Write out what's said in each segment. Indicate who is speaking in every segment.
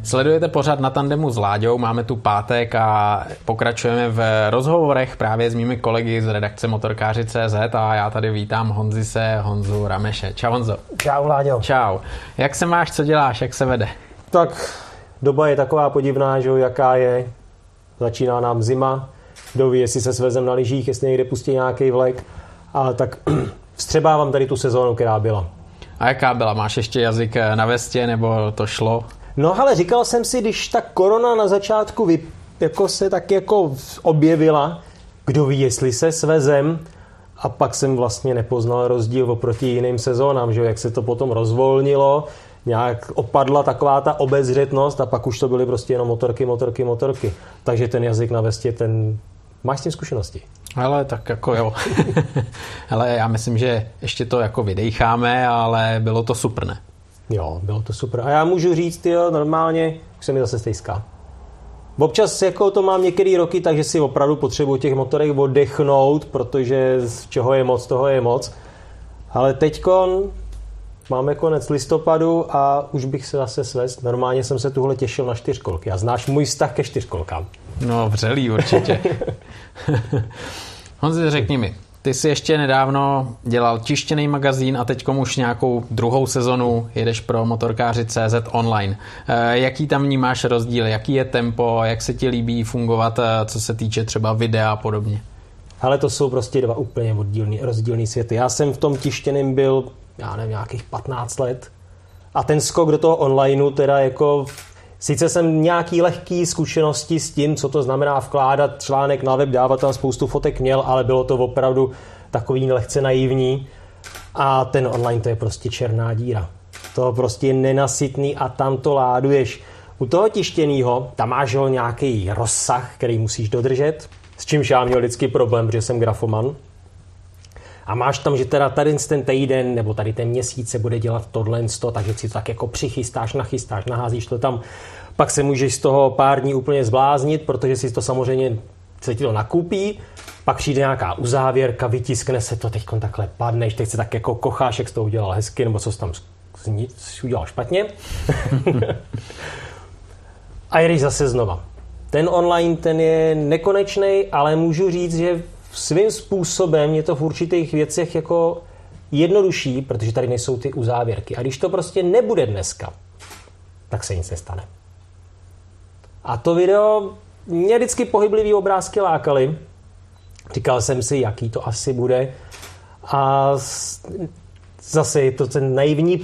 Speaker 1: Sledujete pořad Na tandemu s Láďou, máme tu pátek a pokračujeme v rozhovorech právě s mými kolegy z redakce Motorkáři.cz a já tady vítám Honzu Rameše. Čau Honzo.
Speaker 2: Čau Láďo.
Speaker 1: Čau. Jak se máš, co děláš, jak se vede?
Speaker 2: Tak doba je taková podivná, že jaká je. Začíná nám zima, kdo ví, jestli se svezem na lyžích, jestli někde pustí nějaký vlek, ale tak vstřebávám tady tu sezónu, která byla.
Speaker 1: A jaká byla? Máš ještě jazyk na vestě, nebo to šlo?
Speaker 2: No ale říkal jsem si, když ta korona na začátku se tak objevila, kdo ví, jestli se svezem, a pak jsem vlastně nepoznal rozdíl oproti jiným sezónám, že jak se to potom rozvolnilo, nějak opadla taková ta obezřetnost a pak už to byly prostě jenom motorky. Takže ten jazyk na vestě, máš s tím zkušenosti?
Speaker 1: Ale tak jako jo. Ale já myslím, že ještě to jako vydejcháme, ale bylo to super, ne?
Speaker 2: Jo, bylo to super. A já můžu říct, normálně už se mi zase stejská. Občas jako to mám některé roky, takže si opravdu potřebuji těch motorek oddechnout, protože z čeho je moc, toho je moc. Ale teďkon máme konec listopadu a už bych se zase svést. Normálně jsem se tuhle těšil na čtyřkolky. A znáš můj vztah ke čtyřkolkám.
Speaker 1: No, vřelý určitě. Honzi, řekni mi, ty jsi ještě nedávno dělal tištěný magazín a teďkom už nějakou druhou sezonu jedeš pro Motorkáři.cz online. Jaký tam vnímáš rozdíl? Jaký je tempo? Jak se ti líbí fungovat, co se týče třeba videa a podobně?
Speaker 2: Ale to jsou prostě dva úplně rozdílný světy. Já jsem v tom tištěném byl, já nevím, nějakých 15 let. A ten skok do toho onlineu teda jako... Sice jsem nějaký lehký zkušenosti s tím, co to znamená vkládat článek na web, dávat tam spoustu fotek měl, ale bylo to opravdu takový lehce naivní. A ten online to je prostě černá díra. To prostě je nenasytný a tam to láduješ. U toho tištěnýho, tam máš nějaký rozsah, který musíš dodržet, s čímž já měl vždycky problém, protože jsem grafoman. A máš tam, že teda tady ten týden nebo tady ten měsíc se bude dělat tohle, takže si to tak jako přichystáš, nachystáš, naházíš to tam. Pak se můžeš z toho pár dní úplně zbláznit, protože si to samozřejmě se ti to nakupí. Pak přijde nějaká uzávěrka, vytiskne se to, teďkon takhle padneš, teď se tak jako kocháš, jak jsi to udělal hezky, nebo co jsi tam udělal špatně. A jedeš zase znova. Ten online, ten je nekonečný, ale můžu říct, že svým způsobem je to v určitých věcech jako jednodušší, protože tady nejsou ty uzávěrky. A když to prostě nebude dneska, tak se nic nestane. A to video, mě vždycky pohyblivý obrázky lákaly. Říkal jsem si, jaký to asi bude. A zase je to ten naivní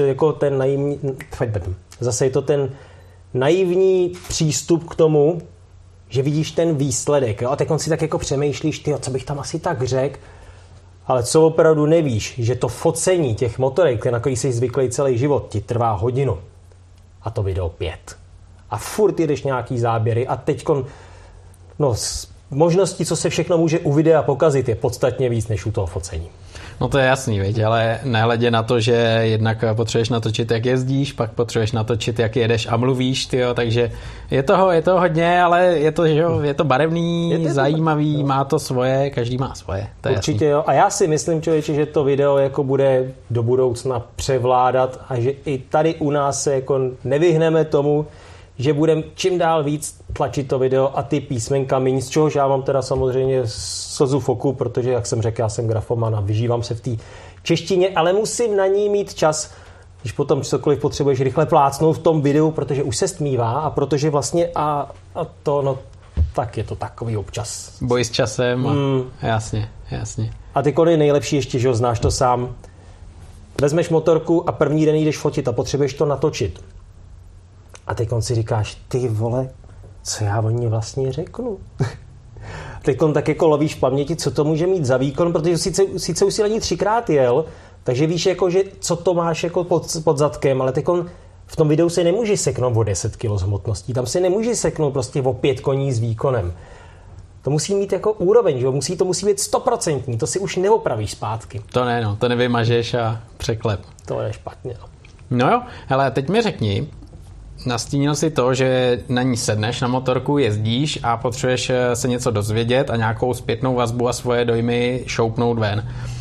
Speaker 2: zase je to ten naivní přístup k tomu, že vidíš ten výsledek, jo? A teď on si tak jako přemýšlíš, co bych tam asi tak řekl, ale co opravdu nevíš, že to focení těch motorek, na který jsi zvyklý celý život, ti trvá hodinu. A to video 5. A furt jedeš nějaký záběry a teďkon, možností, co se všechno může u videa pokazit, je podstatně víc než u toho focení.
Speaker 1: No to je jasný, viď? Ale nehledě na to, že jednak potřebuješ natočit, jak jezdíš, pak potřebuješ natočit, jak jedeš a mluvíš, takže je toho hodně, ale je to barevný, zajímavý, má to svoje, každý má svoje. To je
Speaker 2: určitě
Speaker 1: jasný.
Speaker 2: Jo. A já si myslím, člověče, že to video jako bude do budoucna převládat a že i tady u nás se jako nevyhneme tomu, že budeme čím dál víc tlačit to video a ty písmenka míň, z čehož já mám teda samozřejmě slzu v oku, protože, jak jsem řekl, já jsem grafoman a vyžívám se v té češtině, ale musím na ní mít čas, když potom cokoliv potřebuješ rychle plácnout v tom videu, protože už se stmívá a protože vlastně tak je to takový občas.
Speaker 1: Boj s časem, jasně.
Speaker 2: A ty kody nejlepší ještě, že ho znáš to sám. Vezmeš motorku a první den jdeš fotit a potřebuješ to natočit. A teď si říkáš, ty vole, co já o ní vlastně řeknu? Teď tak jako lovíš v paměti, co to může mít za výkon, protože sice už si na ní 3krát jel, takže víš, jako, že co to máš jako pod zadkem, ale teď v tom videu se nemůže seknout o 10 kg z hmotností, tam se nemůže seknout prostě o 5 koní s výkonem. To musí mít jako úroveň, že? To musí být 100%, to si už neopravíš zpátky.
Speaker 1: To nevymažeš a překlep.
Speaker 2: To je špatně.
Speaker 1: No jo, hele, teď mi řekni, nastínil si to, že na ní sedneš na motorku, jezdíš a potřebuješ se něco dozvědět a nějakou zpětnou vazbu a svoje dojmy šoupnout ven.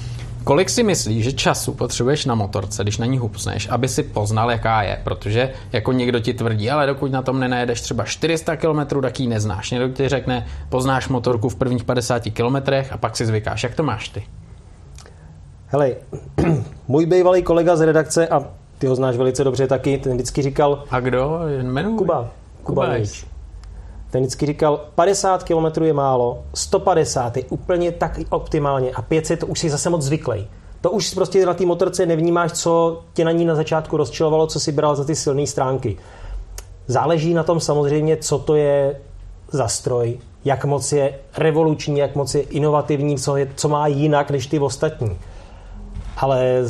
Speaker 1: Kolik si myslíš, že času potřebuješ na motorce, když na ní hupsneš, aby si poznal, jaká je? Protože jako někdo ti tvrdí, ale dokud na tom nenajedeš třeba 400 km, tak ji neznáš. Někdo ti řekne, poznáš motorku v prvních 50 km a pak si zvykáš. Jak to máš ty?
Speaker 2: Hele, můj bývalý kolega z redakce, a ty ho znáš velice dobře taky, ten vždycky říkal...
Speaker 1: A kdo? Jmenuji?
Speaker 2: Kuba Nejč. Ten vždycky říkal, 50 km je málo, 150 je úplně tak optimálně a 500 to už si zase moc zvyklej. To už prostě na té motorce nevnímáš, co tě na ní na začátku rozčilovalo, co si bral za ty silné stránky. Záleží na tom samozřejmě, co to je za stroj, jak moc je revoluční, jak moc je inovativní, co má jinak než ty ostatní. Ale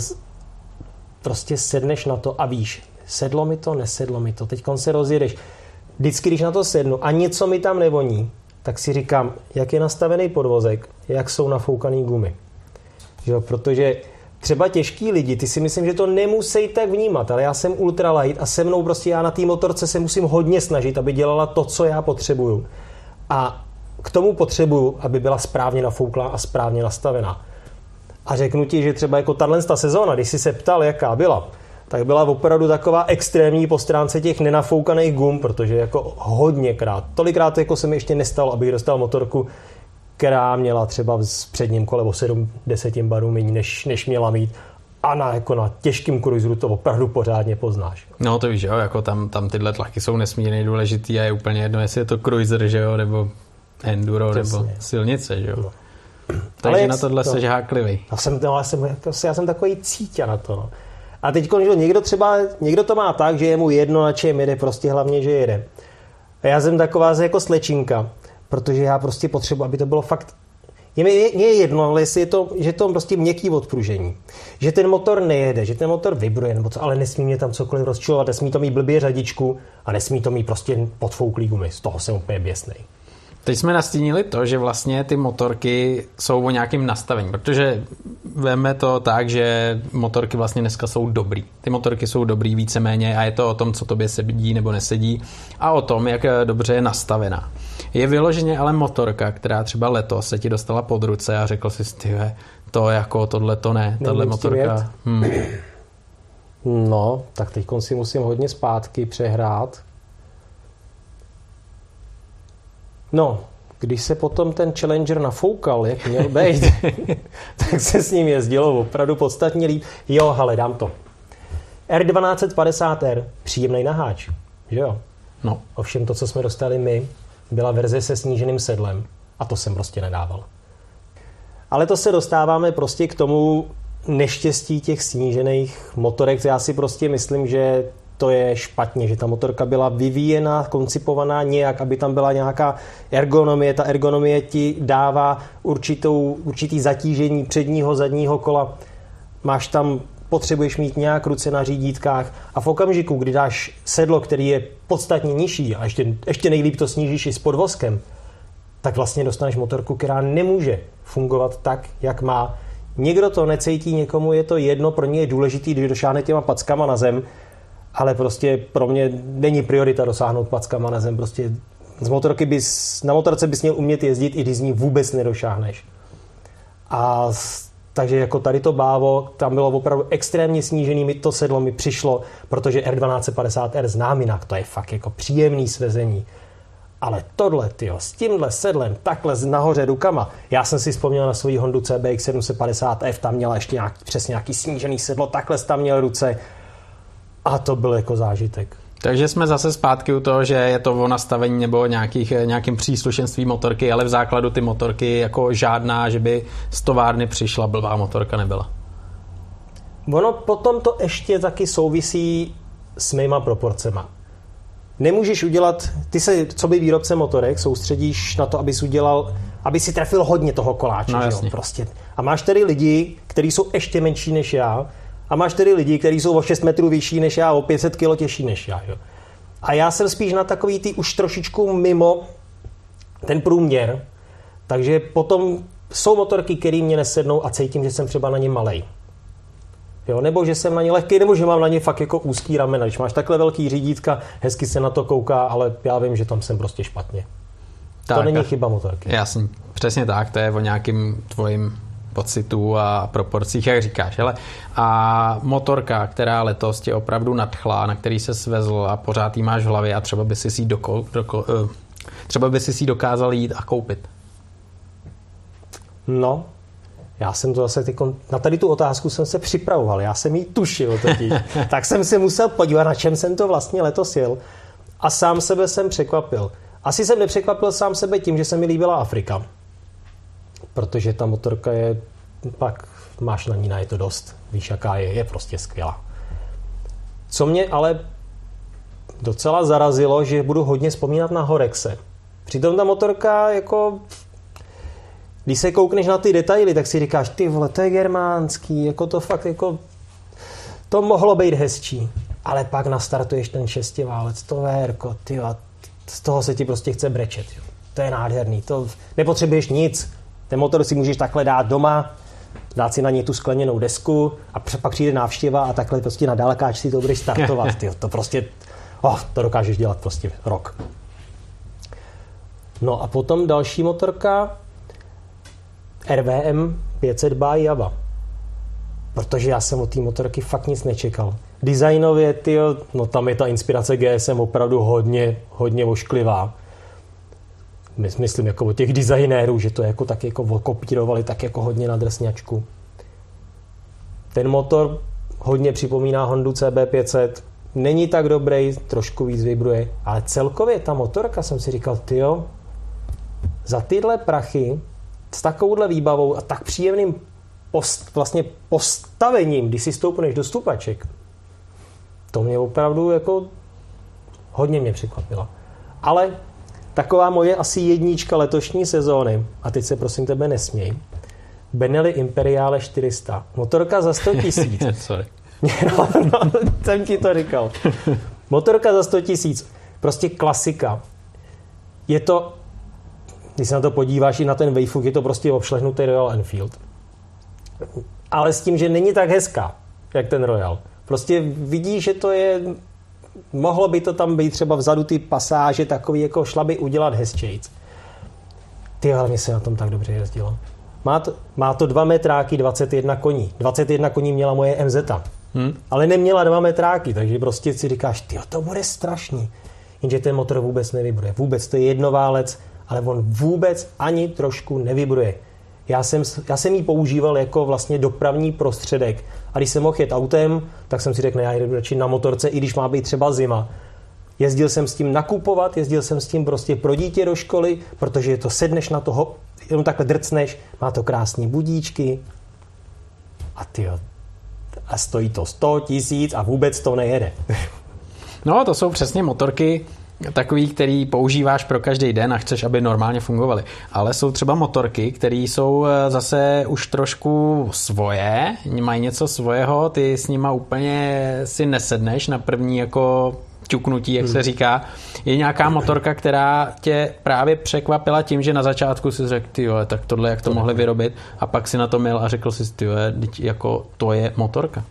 Speaker 2: prostě sedneš na to a víš, sedlo mi to, nesedlo mi to, teďkon se rozjedeš. Vždycky, když na to sednu a něco mi tam nevoní, tak si říkám, jak je nastavený podvozek, jak jsou nafoukaný gumy. Jo, protože třeba těžký lidi, ty si myslím, že to nemusí tak vnímat, ale já jsem ultralight a se mnou prostě já na té motorce se musím hodně snažit, aby dělala to, co já potřebuju. A k tomu potřebuju, aby byla správně nafouklá a správně nastavená. A řeknu ti, že třeba jako tato sezóna, když jsi se ptal, jaká byla, tak byla opravdu taková extrémní po stránce těch nenafoukaných gum, protože jako hodněkrát, tolikrát jako se mi ještě nestalo, abych dostal motorku, která měla třeba v předním kole o 7-10 barů méně, než měla mít. A na těžkým cruiseru to opravdu pořádně poznáš.
Speaker 1: No to víš, jo, jako tam tyhle tlaky jsou nesmírně důležitý a je úplně jedno, jestli je to cruiser, že jo, nebo enduro, přesně, nebo silnice, že jo. No. Takže na tohle seš háklivý.
Speaker 2: Já jsem takový cítě na to. No. A teď někdo to má tak, že je mu jedno, na čem jede, prostě hlavně, že jede. A já jsem taková jako slečinka, protože já prostě potřebuji, aby to bylo fakt... Mně je jedno, ale jestli je to, že to prostě měkký odpružení. Že ten motor nejede, že ten motor vibruje, nebo co, ale nesmí mě tam cokoliv rozčilovat, nesmí to mít blbě řadičku a nesmí to mít prostě podfouklý gumy. Z toho jsem úplně běsnej.
Speaker 1: Teď jsme nastínili to, že vlastně ty motorky jsou o nějakém nastavení, protože veme to tak, že motorky vlastně dneska jsou dobrý. Ty motorky jsou dobrý víceméně a je to o tom, co tobě sedí nebo nesedí a o tom, jak dobře je nastavená. Je vyloženě ale motorka, která třeba letos se ti dostala pod ruce a řekl si, tyhle, to jako tohle to ne, tahle motorka.
Speaker 2: No, tak teď si musím hodně zpátky přehrát. No, když se potom ten Challenger nafoukal, jak měl být, tak se s ním jezdilo opravdu podstatně líp. Jo, hele, dám to. R1250R, příjemnej naháč, že jo?
Speaker 1: No.
Speaker 2: Ovšem to, co jsme dostali my, byla verze se sníženým sedlem a to jsem prostě nedával. Ale to se dostáváme prostě k tomu neštěstí těch snížených motorek. Já si prostě myslím, že to je špatně, že ta motorka byla vyvíjená, koncipovaná nějak, aby tam byla nějaká ergonomie. Ta ergonomie ti dává určitý zatížení předního, zadního kola. Potřebuješ mít nějak ruce na řídítkách a v okamžiku, kdy dáš sedlo, který je podstatně nižší a ještě nejlíp to snížíš i s podvozkem, tak vlastně dostaneš motorku, která nemůže fungovat tak, jak má. Někdo to necítí, někomu je to jedno, pro ně je důležitý, když došáhne těma packama na zem, ale prostě pro mě není priorita dosáhnout packama na zem. Prostě na motorce bys měl umět jezdit, i když z ní vůbec nedošáhneš. A takže jako tady to bávo, tam bylo opravdu extrémně snížený, to sedlo mi přišlo, protože R1250R znám jinak, to je fakt jako příjemný svezení. Ale tohle, s tímhle sedlem, takhle nahoře rukama, já jsem si vzpomněl na svou Hondu CBX 750F, tam měla ještě přesně nějaký snížený sedlo, takhle tam měl ruce a to byl jako zážitek.
Speaker 1: Takže jsme zase zpátky u toho, že je to o nastavení nebo nějakým příslušenství motorky, ale v základu ty motorky jako žádná, že by z továrny přišla blbá motorka nebyla.
Speaker 2: Ono potom to ještě taky souvisí s mýma proporcema. Nemůžeš udělat, ty se, co by výrobce motorek, soustředíš na to, aby si trefil hodně toho koláče.
Speaker 1: No,
Speaker 2: že jo? Prostě. A máš tady lidi, kteří jsou ještě menší než já, a máš tedy lidi, kteří jsou o 6 metrů vyšší než já, o 500 kg těžší než já. Jo. A já jsem spíš na takový ty už trošičku mimo ten průměr, takže potom jsou motorky, které mě nesednou a cítím, že jsem třeba na ně malej. Jo, nebo že jsem na ně lehký, nebo že mám na ně fakt jako úzký ramena. Když máš takhle velký řídítka, hezky se na to kouká, ale já vím, že tam jsem prostě špatně. Tak, to není chyba motorky.
Speaker 1: Jasně, přesně tak, to je o nějakým tvojím pocitů a proporcích, jak říkáš. Hele, a motorka, která letos tě opravdu nadchla, na který se svezl a pořád jí máš v hlavě a třeba by si ji dokázal jít a koupit.
Speaker 2: No, já jsem to zase na tady tu otázku jsem se připravoval, já jsem ji tušil totiž. Tak jsem se musel podívat, na čem jsem to vlastně letos jel. A sám sebe jsem překvapil. Asi jsem nepřekvapil sám sebe tím, že se mi líbila Afrika. Protože ta motorka je, pak máš na ní najeto dost. Víš, jaká je prostě skvělá. Co mě ale docela zarazilo, že budu hodně vzpomínat na Horexe. Přitom ta motorka jako... Když se koukneš na ty detaily, tak si říkáš, ty vole, to je germánský, jako to fakt jako... To mohlo být hezčí. Ale pak nastartuješ ten šestiválec, to vérko, ty, z toho se ti prostě chce brečet. Jo. To je nádherný, to nepotřebuješ nic. Ten motor si můžeš takhle dát doma, dát si na něj tu skleněnou desku a pak přijde návštěva a takhle prostě na dálkáč si to budeš startovat. Ty, to prostě, to dokážeš dělat prostě rok. No a potom další motorka RVM 500 by Java. Protože já jsem od té motorky fakt nic nečekal. Designově, tyjo, no tam je ta inspirace GSM opravdu hodně ošklivá. Myslím jako od těch designérů, že to jako tak jako kopírovali tak jako hodně na drsňačku. Ten motor hodně připomíná Hondu CB500. Není tak dobrý, trošku víc vibruje, ale celkově ta motorka, jsem si říkal, tyjo, za tyhle prachy s takovouhle výbavou a tak příjemným vlastně postavením, když si stoupneš do stupaček, to mě opravdu jako hodně mě překvapilo. Ale taková moje asi jednička letošní sezóny, a teď se prosím tebe nesměj, Benelli Imperiale 400. Motorka za 100 000.
Speaker 1: Sorry.
Speaker 2: No, jsem ti to říkal. Motorka za 100 000. Prostě klasika. Je to, když se na to podíváš i na ten Wayfook, je to prostě obšlehnutý Royal Enfield. Ale s tím, že není tak hezká, jak ten Royal. Prostě vidíš, že to je... Mohlo by to tam být třeba vzadu ty pasáže takový, jako šla by udělat hezčejc. Ty, ale mě se na tom tak dobře jezdilo. Má to 2 metráky, 21 koní. 21 koní měla moje MZ. Ale neměla 2 metráky, takže prostě si říkáš, tyjo, to bude strašný. Jenže ten motor vůbec nevibruje. Vůbec to je jednoválec, ale on vůbec ani trošku nevibruje. Já jsem ji používal jako vlastně dopravní prostředek. A když jsem mohl jet autem, tak jsem si řekl, já jdu radši na motorce, i když má být třeba zima. Jezdil jsem s tím nakupovat, jezdil jsem s tím prostě pro dítě do školy, protože to sedneš na toho, jenom takhle drcneš, má to krásný budíčky. A tyjo, a stojí to 100 000 a vůbec to nejede.
Speaker 1: No, to jsou přesně motorky, takový, který používáš pro každý den a chceš, aby normálně fungovaly. Ale jsou třeba motorky, které jsou zase už trošku svoje, mají něco svého, ty s nima úplně si nesedneš na první jako ťuknutí, jak se říká. Je nějaká motorka, která tě právě překvapila tím, že na začátku si řekl, tyjo, tak tohle jak to mohli vyrobit, a pak si na to měl a řekl si, tyjo, jako to je motorka.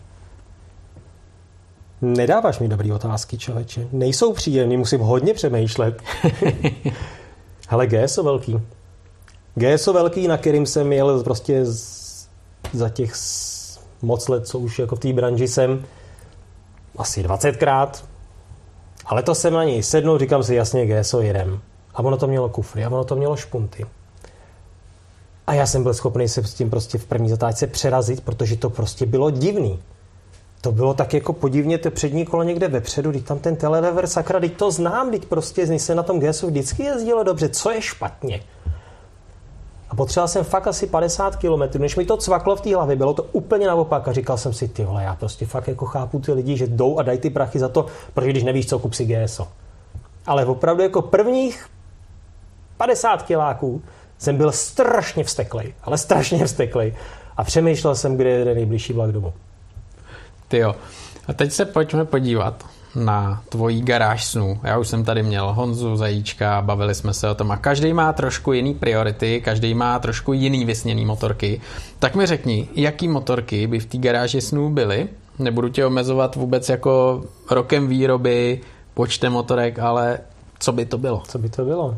Speaker 2: Nedáváš mi dobrý otázky, člověče. Nejsou příjemný, musím hodně přemýšlet. Hele, GSO velký. GSO velký, na kterým jsem jel prostě za těch moc let, co už jako v té branži jsem, asi 20krát. Ale to jsem na něj sednul, říkám si jasně, GSO jedem. A ono to mělo kufry, a ono to mělo špunty. A já jsem byl schopný se s tím prostě v první zatáčce přerazit, protože to prostě bylo divný. To bylo tak jako podivně to přední kolo někde vepředu, když tam ten telelever, sakra, teď to znám, teď prostě se na tom GSu vždycky jezdilo dobře, co je špatně? A potřeboval jsem fakt asi 50 km, než mi to cvaklo v té hlavě, bylo to úplně naopak a říkal jsem si, ty vole, já prostě fakt jako chápu ty lidi, že jdou a dají ty prachy za to, protože když nevíš co, kup si GSo. Ale opravdu jako prvních 50 kiláků jsem byl strašně vzteklej, ale strašně vzteklej a přemýšlel jsem, kde je nejbližší vlak domů.
Speaker 1: Tyjo. A teď se pojďme podívat na tvojí garáž snů. Já už jsem tady měl Honzu, Zajíčka, bavili jsme se o tom a každý má trošku jiný priority, každý má trošku jiný vysněný motorky. Tak mi řekni, jaký motorky by v té garáži snů byly? Nebudu tě omezovat vůbec jako rokem výroby, počtem motorek, ale co by to bylo?
Speaker 2: Co by to bylo?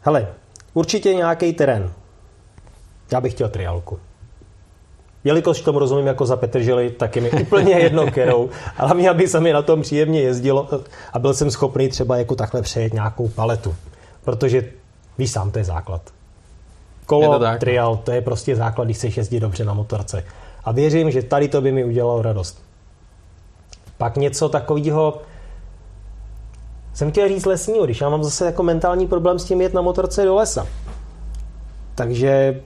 Speaker 2: Hele, určitě nějaký terén. Já bych chtěl triálku. Jelikož tomu rozumím jako za Petržely, tak je mi úplně jedno kterou, ale hlavně, aby se mi na tom příjemně jezdilo a byl jsem schopný třeba jako takhle přejet nějakou paletu. Protože víš sám, to je základ. Kolo, triál, to je prostě základ, když chceš jezdit dobře na motorce. A věřím, že tady to by mi udělalo radost. Pak něco takového, jsem chtěl říct lesního, když já mám zase jako mentální problém s tím jet na motorce do lesa. Takže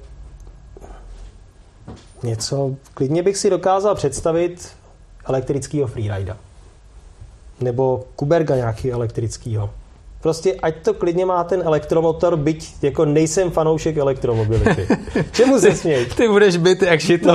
Speaker 2: něco, klidně bych si dokázal představit elektrického freerida. Nebo Kuberga nějaký elektrickýho. Prostě ať to klidně má ten elektromotor, byť jako nejsem fanoušek elektromobility. Čemu se směj?
Speaker 1: Ty budeš byt jak šito.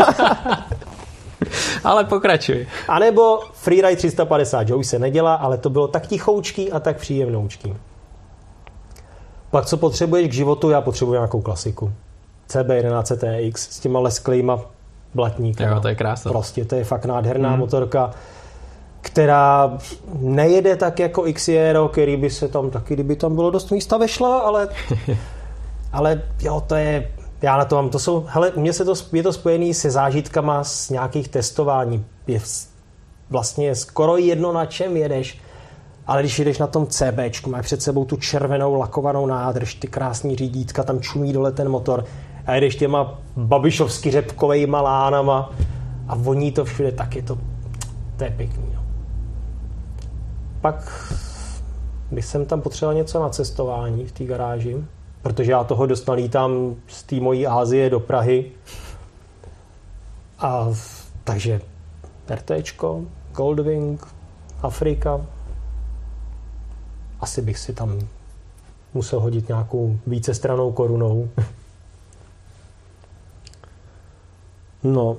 Speaker 1: Ale pokračuj.
Speaker 2: A nebo Freeride 350, že už se nedělá, ale to bylo tak tichoučký a tak příjemnoučký. Pak co potřebuješ k životu? Já potřebuji nějakou klasiku. CB11 TX s těma lesklejma blatníkama.
Speaker 1: Jo, to je krásné.
Speaker 2: Prostě to je fakt nádherná motorka, která nejede tak jako XJR, který by se tam taky, kdyby tam bylo dost místa, vešla, ale jo, to je, já na to mám, to jsou, hele, je to spojený se zážitkama z nějakých testování. Je vlastně skoro jedno, na čem jedeš, ale když jedeš na tom CBčku, máš před sebou tu červenou lakovanou nádrž, ty krásný řídítka, tam čumí dole ten motor a jedeš těma babišovsky řepkovejma lánama a voní to všude, tak je to je pěkný. No. Pak bych jsem tam potřeboval něco na cestování v té garáži, protože já toho dost nalítám z té mojí Asie do Prahy. A takže RTčko, Goldwing, Afrika. Asi bych si tam musel hodit nějakou vícestrannou korunou. No.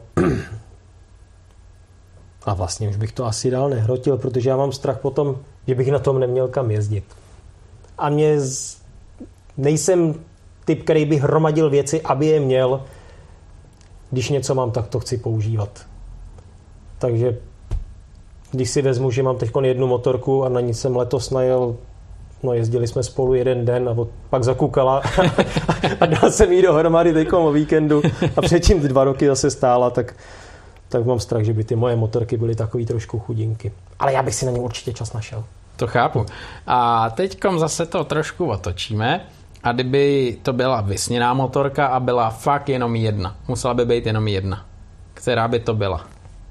Speaker 2: A vlastně už bych to asi dál nehrotil, protože já mám strach potom, že bych na tom neměl kam jezdit. A nejsem typ, který by hromadil věci, aby je měl. Když něco mám, tak to chci používat. Takže když si vezmu, že mám teď jednu motorku a na ní jsem letos najel, no jezdili jsme spolu jeden den a pak zakukala a dal jsem jí dohromady teď o víkendu a předtím 2 roky zase stála, tak mám strach, že by ty moje motorky byly takový trošku chudinky. Ale já bych si na ně určitě čas našel.
Speaker 1: To chápu. A teďkom zase to trošku otočíme. A kdyby to byla vysněná motorka a byla fakt jenom jedna, musela by být jenom jedna, která by to byla?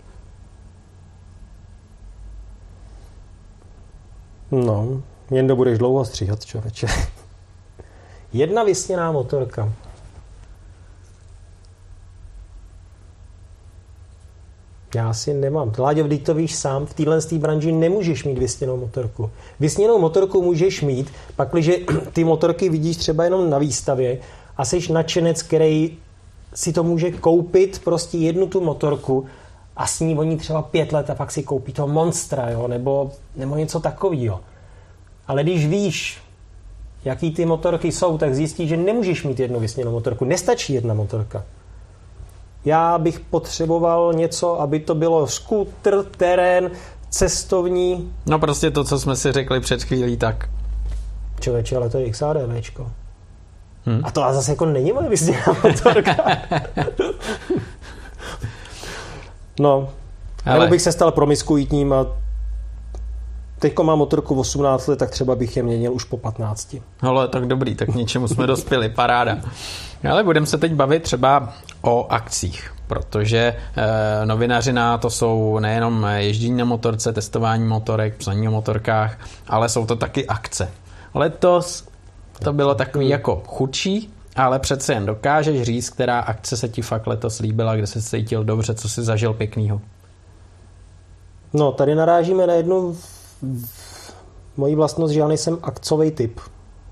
Speaker 2: No, jen to budeš dlouho stříhat, člověče. Jedna vysněná motorka. Já si nemám. Láďo, vždyť to víš sám, v téhle branži nemůžeš mít vysněnou motorku. Vysněnou motorku můžeš mít, pakliže ty motorky vidíš třeba jenom na výstavě a jsi nadšenec, který si to může koupit, prostě jednu tu motorku a s ní voní třeba 5 let a pak si koupí toho Monstra, jo, nebo něco takového. Ale když víš, jaký ty motorky jsou, tak zjistíš, že nemůžeš mít jednu vysněnou motorku. Nestačí jedna motorka. Já bych potřeboval něco, aby to bylo skútr, terén, cestovní.
Speaker 1: No prostě to, co jsme si řekli před chvílí, tak.
Speaker 2: Člověče, ale to je XADVčko. A to zase jako není moje vysněná motorka. No, nebo bych se stal promiskuitním a teďko mám motorku 18 let, tak třeba bych je měnil už po 15.
Speaker 1: Ale tak dobrý, tak k něčemu jsme dospěli, paráda. Ale budeme se teď bavit třeba o akcích, protože novinařina to jsou nejenom ježdění na motorce, testování motorek, psaní o motorkách, ale jsou to taky akce. Letos to bylo takový jako chudší, ale přece jen dokážeš říct, která akce se ti fakt letos líbila, kde se cítil dobře, co si zažil pěknýho.
Speaker 2: No, tady narážíme na jednu moji vlastnost, že já nejsem akcový typ.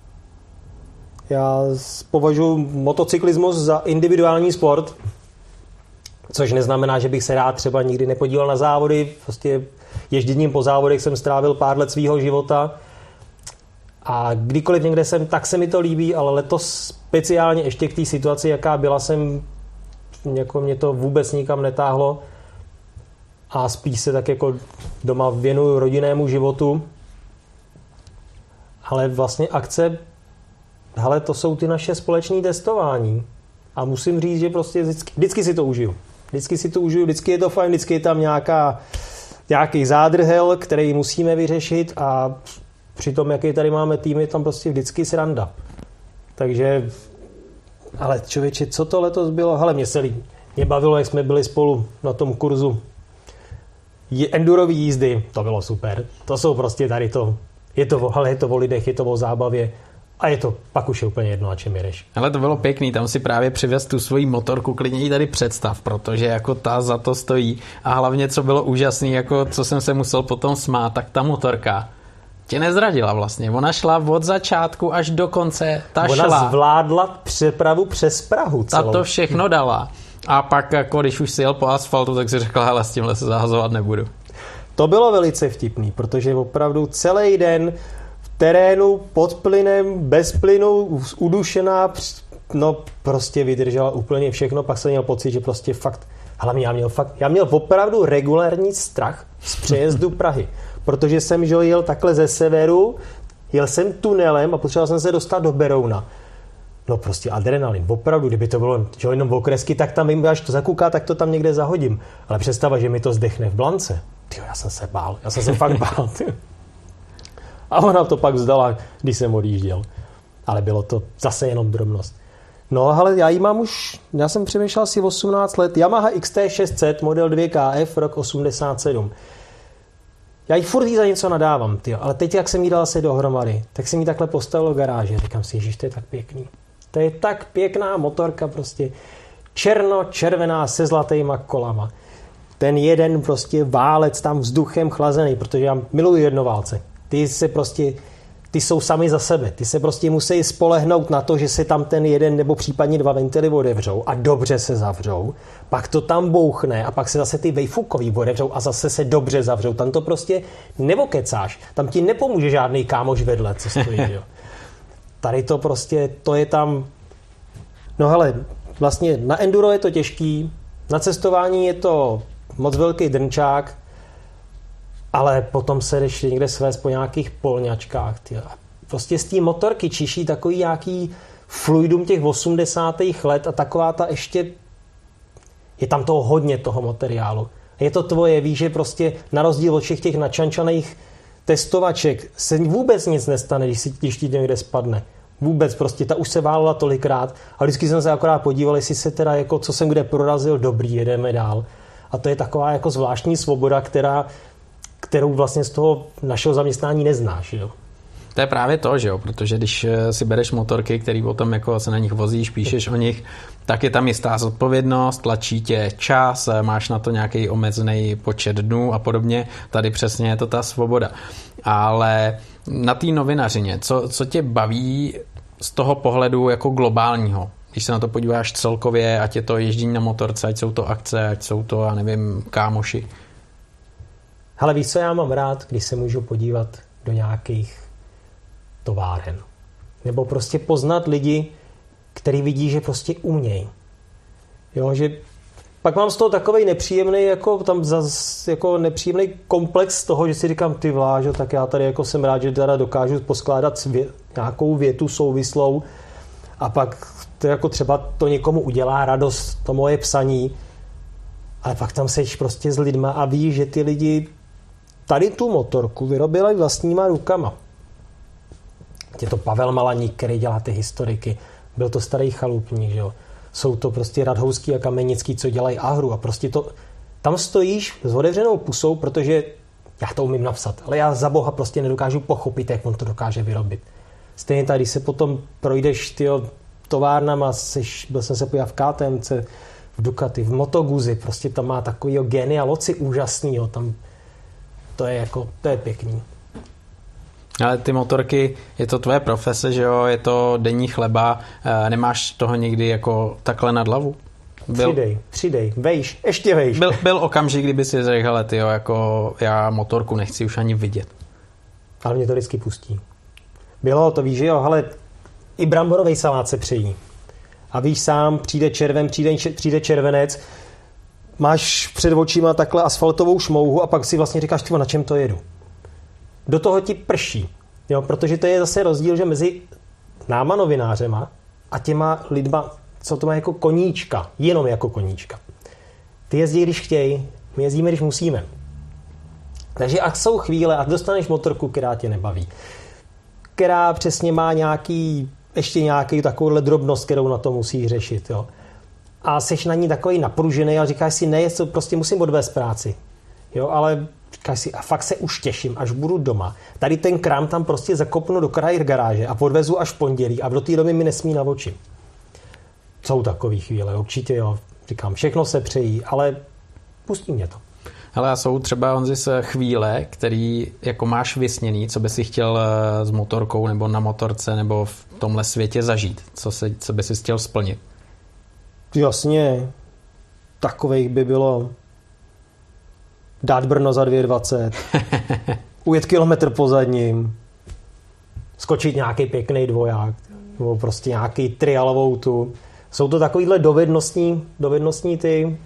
Speaker 2: Já považuji motocyklismus za individuální sport, což neznamená, že bych se rád třeba nikdy nepodílel na závody. Prostě ježděním po závodech jsem strávil pár let svýho života a kdykoliv někde jsem, tak se mi to líbí, ale letos speciálně ještě k té situaci, jaká byla, jako mě to vůbec nikam netáhlo a spíš se tak jako doma věnuju rodinnému životu. Ale vlastně akce, hele, to jsou ty naše společné testování. A musím říct, že prostě vždycky si to užiju. Vždycky je to fajn, vždycky je tam nějaký zádrhel, který musíme vyřešit a při tom, jaký tady máme tým, je tam prostě vždycky sranda. Takže, ale člověče, co to letos bylo? Hele, mě bavilo, jak jsme byli spolu na tom kurzu endurový jízdy, to bylo super. To jsou prostě tady to, je to o lidech, je to o zábavě a je to, pak už je úplně jedno, na čem jedeš.
Speaker 1: Ale to bylo pěkný, tam si právě přivez tu svoji motorku, klidně ji tady představ, protože jako ta za to stojí a hlavně, co bylo úžasný, jako co jsem se musel potom smát, tak ta motorka tě nezradila vlastně. Ona šla od začátku až do konce.
Speaker 2: Ona zvládla přepravu přes Prahu celou.
Speaker 1: Ta to všechno dala. A pak, jako, když už si jel po asfaltu, tak si řekla, hele, s tímhle se zahazovat nebudu.
Speaker 2: To bylo velice vtipný, protože opravdu celý den v terénu, pod plynem, bez plynu, udušená, no prostě vydržela úplně všechno, pak jsem měl pocit, že prostě fakt, hlavně já měl opravdu regulární strach z přejezdu Prahy, protože jsem jel takhle ze severu, jel jsem tunelem a potřeboval jsem se dostat do Berouna. No prostě adrenalin, opravdu, kdyby to bylo jenom okresky, tak tam jim, až to zakouká, tak to tam někde zahodím. Ale představa, že mi to zdechne v Blance. Tyjo, já jsem se fakt bál. Tyjo. A ona to pak vzdala, když jsem odjížděl. Ale bylo to zase jenom drobnost. No, ale já jsem přemýšlel asi 18 let. Yamaha XT600, model 2KF, rok 87. Já jí furt za něco nadávám, tyjo. Ale teď, jak jsem jí dal se dohromady, tak jsem jí takhle postavil do garáže. Říkám si, ježiš, to je tak pěkný. To je tak pěkná motorka prostě. Černo-červená se zlatýma kolama. Ten jeden prostě válec tam vzduchem chlazený, protože já miluji jednoválce. Ty jsou sami za sebe. Ty se prostě musí spolehnout na to, že se tam ten jeden nebo případně dva ventily otevřou a dobře se zavřou. Pak to tam bouchne a pak se zase ty vejfukový otevřou a zase se dobře zavřou. Tam to prostě nevokecáš. Tam ti nepomůže žádný kámoš vedle, co stojí. Jo. Tady to prostě, to je tam... No hele, vlastně na enduro je to těžký, na cestování je to moc velký drnčák, ale potom se jdeš někde svést po nějakých polňačkách. Tyjo. Prostě z té motorky čiší takový nějaký fluidum těch 80. let a taková ta ještě... Je tam toho hodně, toho materiálu. Je to tvoje, víš, že prostě na rozdíl od všech těch načančaných testovaček se vůbec nic nestane, když ti někde spadne. Vůbec prostě, ta už se válela tolikrát a vždycky jsem se akorát podíval, jestli se teda jako, co jsem kde prorazil, dobrý, jedeme dál. A to je taková jako zvláštní svoboda, kterou vlastně z toho našeho zaměstnání neznáš, jo.
Speaker 1: To je právě to, že jo, protože když si bereš motorky, který potom jako se na nich vozíš, píšeš o nich, tak je tam jistá zodpovědnost, tlačí tě čas, máš na to nějaký omezený počet dnů a podobně. Tady přesně je to ta svoboda. Ale na té novinařině, co tě baví z toho pohledu jako globálního? Když se na to podíváš celkově, ať je to ježdění na motorce, ať jsou to akce, ať jsou to, já nevím, kámoši.
Speaker 2: Hele, víš, co já mám rád, když se můžu podívat do nějakých továren. Nebo prostě poznat lidi, který vidí, že prostě umějí. Jo, že pak mám z toho takovej nepříjemný, jako tam jako nepříjemný komplex z toho, že si říkám, ty vlážo, tak já tady jako jsem rád, že teda dokážu poskládat nějakou větu souvislou a pak to jako třeba to někomu udělá radost, to moje psaní, ale pak tam seš prostě s lidma a víš, že ty lidi tady tu motorku vyrobili vlastníma rukama. Je to Pavel Malaník, který dělá ty historiky. Byl to starý chalupník, že jo. Jsou to prostě Radhouský a Kamenický, co dělají ahru a prostě to... Tam stojíš s otevřenou pusou, protože já to umím napsat, ale já za boha prostě nedokážu pochopit, jak on to dokáže vyrobit. Stejně tady, když se potom projdeš továrnama, byl jsem se podívat v KTMC, v Ducati, v Moto Guzzi, prostě tam má takovýho genialoci úžasnýho, tam to je pěkný.
Speaker 1: Ale ty motorky, je to tvoje profese, že jo, je to denní chleba, nemáš toho někdy jako takhle nad hlavu?
Speaker 2: Přidej, vejš, ještě vejš.
Speaker 1: Byl okamžik, kdyby si řekl, ale tyjo, jako já motorku nechci už ani vidět.
Speaker 2: Ale mě to vždycky pustí. Bylo to, víš, že jo, ale i bramborovej salát se přejí. A víš sám, přijde červenec, máš před očima takhle asfaltovou šmouhu a pak si vlastně říkáš, tyvo, na čem to jedu. Do toho ti prší, jo, protože to je zase rozdíl, že mezi náma novinářema a těma lidma, co to má jako koníčka, jenom jako koníčka. Ty jezdí, když chtějí, my jezdíme, když musíme. Takže ať jsou chvíle a dostaneš motorku, která tě nebaví, která přesně má ještě nějaký takovouhle drobnost, kterou na to musíš řešit. Jo. A seš na ní takový napružený a říkáš si, ne, to prostě musím odvést práci. Jo, ale říkáš si, a fakt se už těším, až budu doma. Tady ten krám tam prostě zakopnu do kraje garáže a odvezu až v pondělí a do té doby mi nesmí na oči. Jsou takový chvíle, určitě jo. Říkám, všechno se přejí, ale pustí mě to.
Speaker 1: Ale jsou třeba, Honzi, chvíle, který jako máš vysněný, co by si chtěl s motorkou nebo na motorce nebo v tomhle světě zažít? Co by si chtěl splnit?
Speaker 2: Jasně. Takových by bylo dát Brno za 2,20, ujet kilometr po zadním, skočit nějaký pěkný dvoják, nebo prostě nějaký trialovou tu. Jsou to takovýhle dovednostní ty.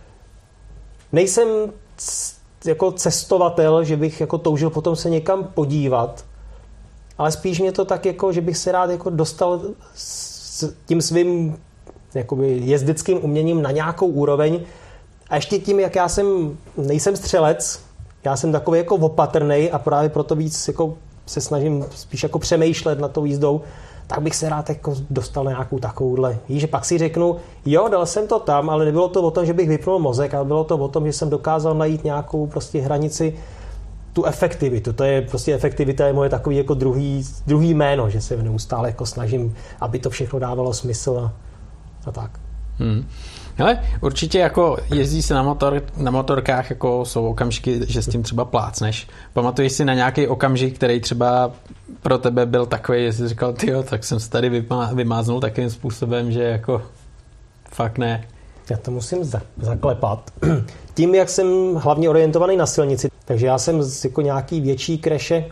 Speaker 2: Nejsem jako cestovatel, že bych jako toužil potom se někam podívat, ale spíš mě to tak jako, že bych se rád jako dostal s tím svým jakoby jezdeckým uměním na nějakou úroveň a ještě tím, jak nejsem střelec, já jsem takový jako opatrnej a právě proto víc jako se snažím spíš jako přemýšlet nad tou jízdou, tak bych se rád jako dostal na nějakou takovouhle. Víš, že pak si řeknu, jo, dal jsem to tam, ale nebylo to o tom, že bych vypnul mozek, ale bylo to o tom, že jsem dokázal najít nějakou prostě hranici, tu efektivitu. To je prostě efektivita je moje takový jako druhý jméno, že se neustále jako snažím, aby to všechno dávalo smysl a tak.
Speaker 1: Hele, určitě jako jezdí se na motorkách, jako jsou okamžiky, že s tím třeba plácneš. Pamatuješ si na nějaký okamžik, který třeba pro tebe byl takový, že jsi říkal, tyjo, tak jsem se tady vymáznul takým způsobem, že jako fakt ne.
Speaker 2: Já to musím zaklepat. Tím, jak jsem hlavně orientovaný na silnici, takže já jsem jako nějaký větší kreše.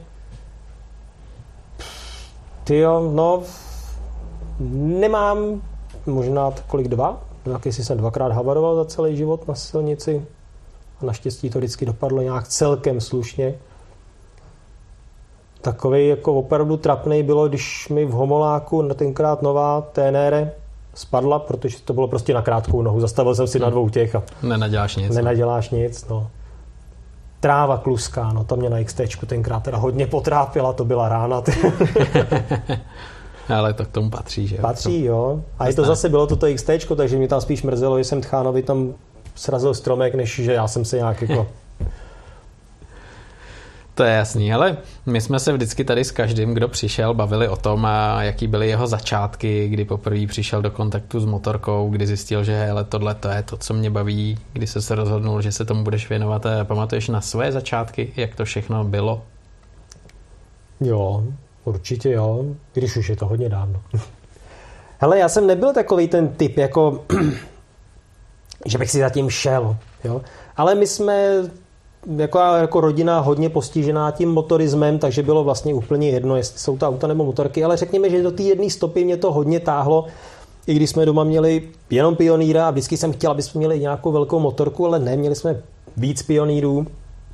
Speaker 2: Tyjo, no, nemám možná kolik dva? Taky si jsem dvakrát havaroval za celý život na silnici a naštěstí to vždycky dopadlo nějak celkem slušně. Takovej jako opravdu trapnej bylo, když mi v Homoláku na tenkrát nová Ténére spadla, protože to bylo prostě na krátkou nohu. Zastavil jsem si na dvou těch a nenaděláš nic. No. Tráva kluská, no to mě na XTčku tenkrát teda hodně potrápila, to byla rána.
Speaker 1: Ale to k tomu patří, že jo?
Speaker 2: Patří, jo. A i to zase bylo toto XTčko, takže mě tam spíš mrzelo, že jsem Tchánovi tam srazil stromek, než že já jsem se nějak jako...
Speaker 1: To je jasný, ale my jsme se vždycky tady s každým, kdo přišel, bavili o tom, jaký byly jeho začátky, kdy poprvé přišel do kontaktu s motorkou, kdy zjistil, že hele, tohle to je to, co mě baví, kdy se rozhodnul, že se tomu budeš věnovat. Pamatuješ na své začátky, jak to všechno bylo?
Speaker 2: Jo, určitě jo, když už je to hodně dávno. Hele, já jsem nebyl takový ten typ, jako, že bych si zatím šel, jo. Ale my jsme jako rodina hodně postižená tím motorismem, takže bylo vlastně úplně jedno, jestli jsou to auta nebo motorky, ale řekněme, že do té jedné stopy mě to hodně táhlo, i když jsme doma měli jenom Pionýra a vždycky jsem chtěl, aby jsme měli nějakou velkou motorku, ale ne, měli jsme víc Pionýrů.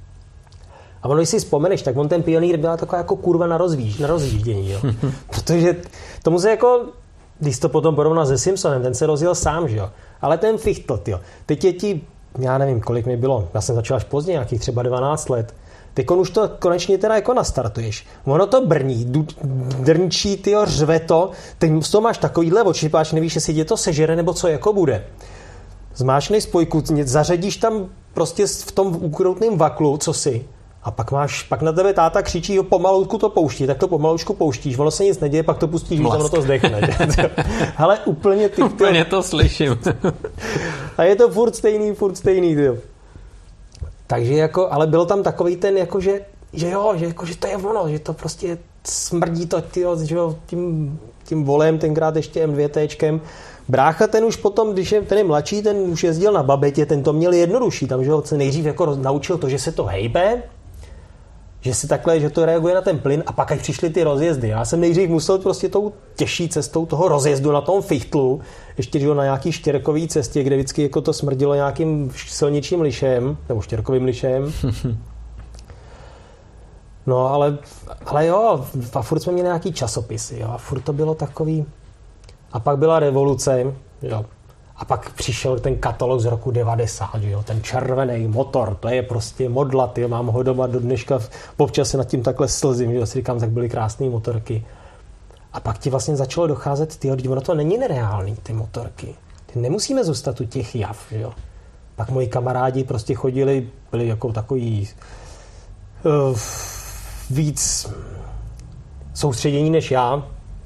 Speaker 2: A ono, když si vzpomeneš, tak on ten Pionýr byla taková jako kurva na rozjíždění, jo. Protože tomu se jako, když to potom porovná se Simpsonem, ten se rozjel sám, že jo. Ale ten Fichtl, jo. Teď je ti, já nevím, kolik mi bylo, já jsem začal až pozdě, nějakých třeba 12 let. Teď už to konečně teda jako nastartuješ. Ono to brní, drnčí, tyjo, řve to, teď z toho máš takovýhle očipáč, nevíš, jestli tě to sežere, nebo co jako bude. Zmáčnej spojku, zařadíš tam prostě v tom ukroutným vaklu, co si, a pak na tebe táta křičí, jo, pomaloučku to pouští, tak to pomaloučku pouštíš, ono se nic neděje, pak to pustíš, víš, ono to zdechne. Ale úplně
Speaker 1: úplně to slyším.
Speaker 2: A je to furt stejný, tyjo. Takže jako, ale byl tam takový ten, jako, že jo, že, jako, že to je ono, že to prostě smrdí to, tyjo, že jo, tím volem, tenkrát ještě M2Tčkem. Brácha ten už potom, když ten je mladší, ten už jezdil na babetě, ten to měl jednodušší, tam že se nejdřív jako naučil to, že se to hejbe, že si takhle, že to reaguje na ten plyn a pak až přišly ty rozjezdy. Já jsem nejdřív musel prostě tou těžší cestou toho rozjezdu na tom Fichtlu, ještě že na nějaký štěrkový cestě, kde vždycky jako to smrdilo nějakým silničním lišem, nebo štěrkovým lišem. No, ale jo, a furt jsme měli nějaký časopisy, jo, a furt to bylo takový. A pak byla revoluce, jo. A pak přišel ten katalog z roku 90, jo, ten červený motor, to je prostě modla, jo, mám ho doma do dneška, občas se nad tím takhle slzím, že si říkám, tak byly krásné motorky. A pak ti vlastně začalo docházet, ono to není nereálný, ty motorky. Ty nemusíme zůstat u těch jav, jo. Pak moji kamarádi prostě chodili, byli jako takový víc soustředění než já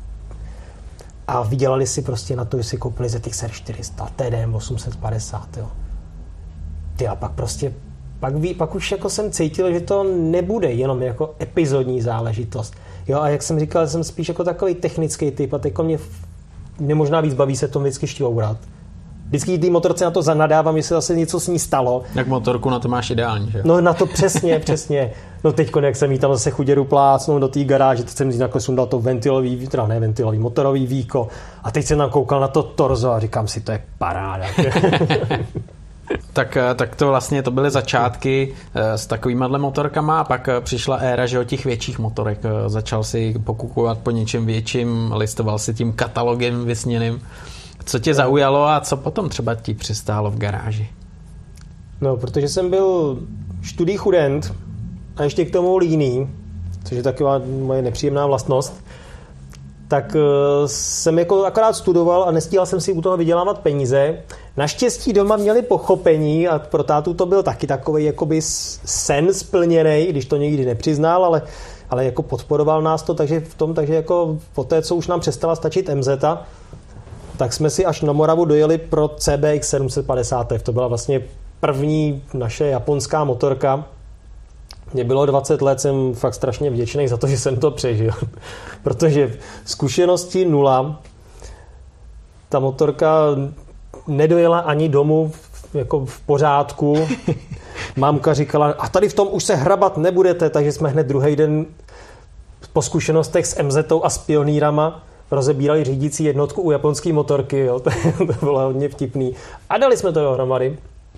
Speaker 2: a vydělali si prostě na to, že si koupili ZXR 400, TDM 850, jo. Ty a pak prostě, pak už jako jsem cítil, že to nebude jenom jako epizodní záležitost. Jo, a jak jsem říkal, jsem spíš jako takový technický typ a teďko mě možná víc baví se tom vždycky šťourat. Vždycky té motorce na to zanadávám, že se zase něco s ní stalo.
Speaker 1: Jak motorku na to máš ideální, že?
Speaker 2: No na to přesně. No teďko, jak jsem jí tam zase chuděru plácnul do té garáže, teď jsem si takhle sundal to motorový víko a teď jsem tam koukal na to torzo a říkám si, to je paráda.
Speaker 1: Tak to vlastně to byly začátky s takovýma motorkama a pak přišla éra, že o těch větších motorek. Začal si pokukovat po něčem větším, listoval si tím katalogem vysněným. Co tě zaujalo a co potom třeba ti přistálo v garáži?
Speaker 2: No, protože jsem byl studijchudent a ještě k tomu líný, což je taková moje nepříjemná vlastnost, tak jsem jako akorát studoval a nestíhal jsem si u toho vydělávat peníze. Naštěstí doma měli pochopení a pro tátu to byl taky takový jakoby sen splněnej, když to nikdy nepřiznal, ale jako podporoval nás to, takže jako po té, co už nám přestala stačit MZ-a, tak jsme si až na Moravu dojeli pro CBX 750. To byla vlastně první naše japonská motorka. Mně bylo 20 let, jsem fakt strašně vděčný za to, že jsem to přežil. Protože zkušenosti nula. Ta motorka nedojela ani domů jako v pořádku. Mámka říkala, a tady v tom už se hrabat nebudete, takže jsme hned druhý den po zkušenostech s MZ-tou a s pionýrama rozebírali řídící jednotku u japonské motorky, jo. To bylo hodně vtipný. A dali jsme to dohromady.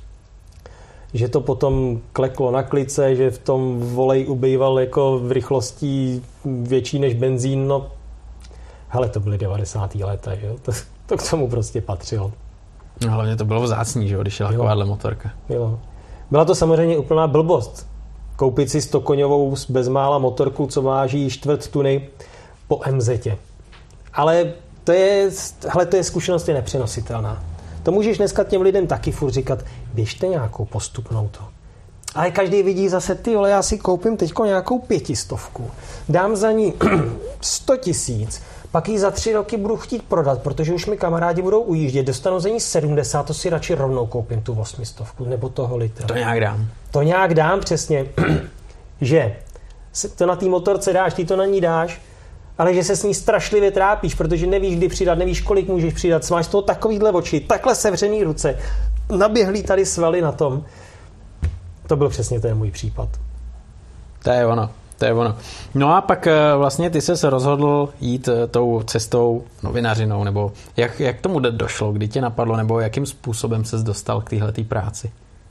Speaker 2: Že to potom kleklo na klice, že v tom volej ubejval jako v rychlosti větší než benzín, no. Hele, to byly 90. léta, jo. To k tomu prostě patřilo.
Speaker 1: No, hlavně to bylo vzácný, že jo, když je takováhle motorka.
Speaker 2: Jo. Byla to samozřejmě úplná blbost. Koupit si 100koňovou bezmála motorku, co váží 1/4 tuny po MZ-tě. Ale to je zkušenost je nepřenositelná. To můžeš dneska těm lidem taky furt říkat, běžte nějakou postupnou to. Ale každý vidí zase, ty vole, já si koupím teďko nějakou 500, dám za ní 100 000, pak ji za 3 roky budu chtít prodat, protože už mi kamarádi budou ujíždět, dostanu za ní 70, to si radši rovnou koupím tu 800 nebo toho litra.
Speaker 1: To
Speaker 2: nějak dám, přesně, že to na té motorce dáš, ty to na ní dáš, ale že se s ní strašlivě trápíš, protože nevíš, kdy přidat, nevíš, kolik můžeš přidat, máš z toho takovýhle oči, takhle sevřený ruce, naběhlý tady svaly na tom. To byl přesně ten můj případ.
Speaker 1: To je ono. No a pak vlastně ty se rozhodl jít tou cestou novinařinou, nebo jak tomu došlo, kdy tě napadlo, nebo jakým způsobem ses dostal k téhletý práci?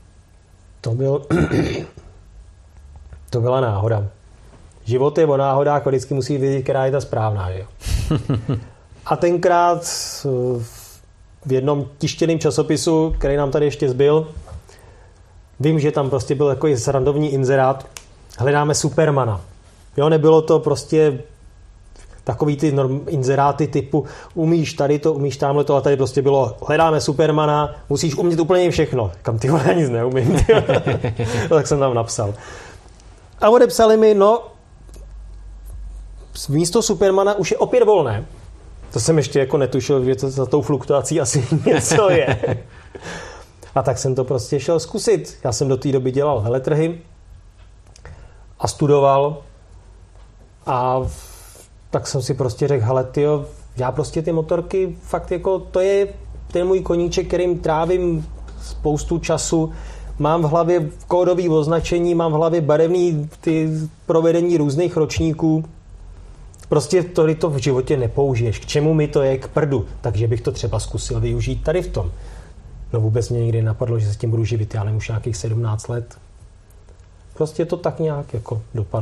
Speaker 2: To byla náhoda. Život je o náhodách a vždycky musí vědět, která je ta správná. Že? A tenkrát v jednom tištěném časopisu, který nám tady ještě zbyl, vím, že tam prostě byl takový srandovní inzerát, hledáme Supermana. Jo, nebylo to prostě takový ty inzeráty typu umíš tady to, umíš tamhle to, a tady prostě bylo hledáme Supermana, musíš umět úplně všechno. Kam ty vole, nic neumím. Tak jsem tam napsal. A odepsali mi, místo Supermana už je opět volné. To jsem ještě jako netušil, že za tou fluktuací asi něco je. A tak jsem to prostě šel zkusit. Já jsem do té doby dělal veletrhy a studoval a tak jsem si prostě řekl, hele tyjo, já prostě ty motorky fakt jako to je ten můj koníček, kterým trávím spoustu času. Mám v hlavě kódový označení, mám v hlavě barevný ty provedení různých ročníků. Prostě to v životě nepoužiješ. K čemu mi to je? K prdu. Takže bych to třeba zkusil využít tady v tom. No vůbec mě nikdy napadlo, že se s tím budu živit. Já nevím, už nějakých 17 let. Prostě to tak nějak jako dopadlo.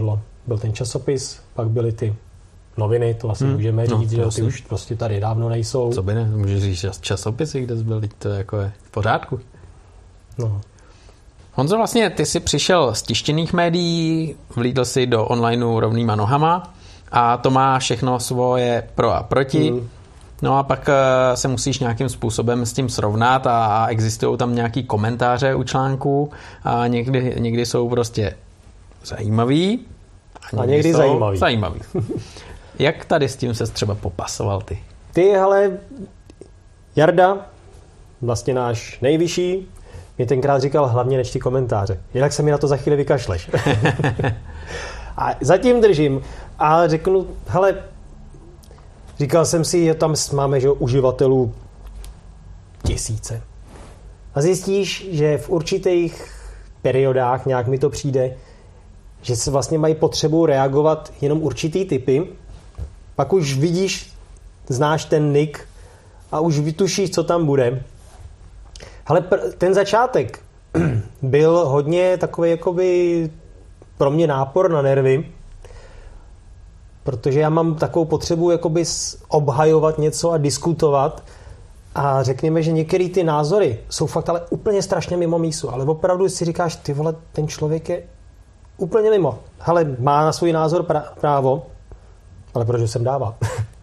Speaker 2: byl ten časopis, pak byly ty noviny, to asi můžeme říct, že ty už prostě tady dávno nejsou.
Speaker 1: Co by ne, můžeš říct časopisy, kde jsi byl, to jako je v pořádku.
Speaker 2: No.
Speaker 1: Honzo, vlastně ty jsi přišel z tištěných médií, vlídl si do onlineu rovnýma nohama a to má všechno svoje pro a proti. No a pak se musíš nějakým způsobem s tím srovnat a existují tam nějaký komentáře u článků a někdy jsou prostě zajímavý
Speaker 2: a někdy
Speaker 1: zajímavý. Jak tady s tím ses třeba popasoval ty?
Speaker 2: Ty, hele, Jarda, vlastně náš nejvyšší, mě tenkrát říkal, hlavně nečti komentáře. Jinak se mi na to za chvíli vykašleš. A zatím držím. A řeknu, hele, říkal jsem si, že tam máme že, uživatelů tisíce. A zjistíš, že v určitých periodách, nějak mi to přijde, že se vlastně mají potřebu reagovat jenom určitý typy. Pak už vidíš, znáš ten nick a už vytušíš, co tam bude. Ale ten začátek byl hodně takový jakoby pro mě nápor na nervy, protože já mám takovou potřebu jakoby obhajovat něco a diskutovat a řekněme, že některé ty názory jsou fakt ale úplně strašně mimo mísu, ale opravdu si říkáš, ty vole, ten člověk je úplně mimo. Hele, má na svůj názor právo, ale proč ho sem dává?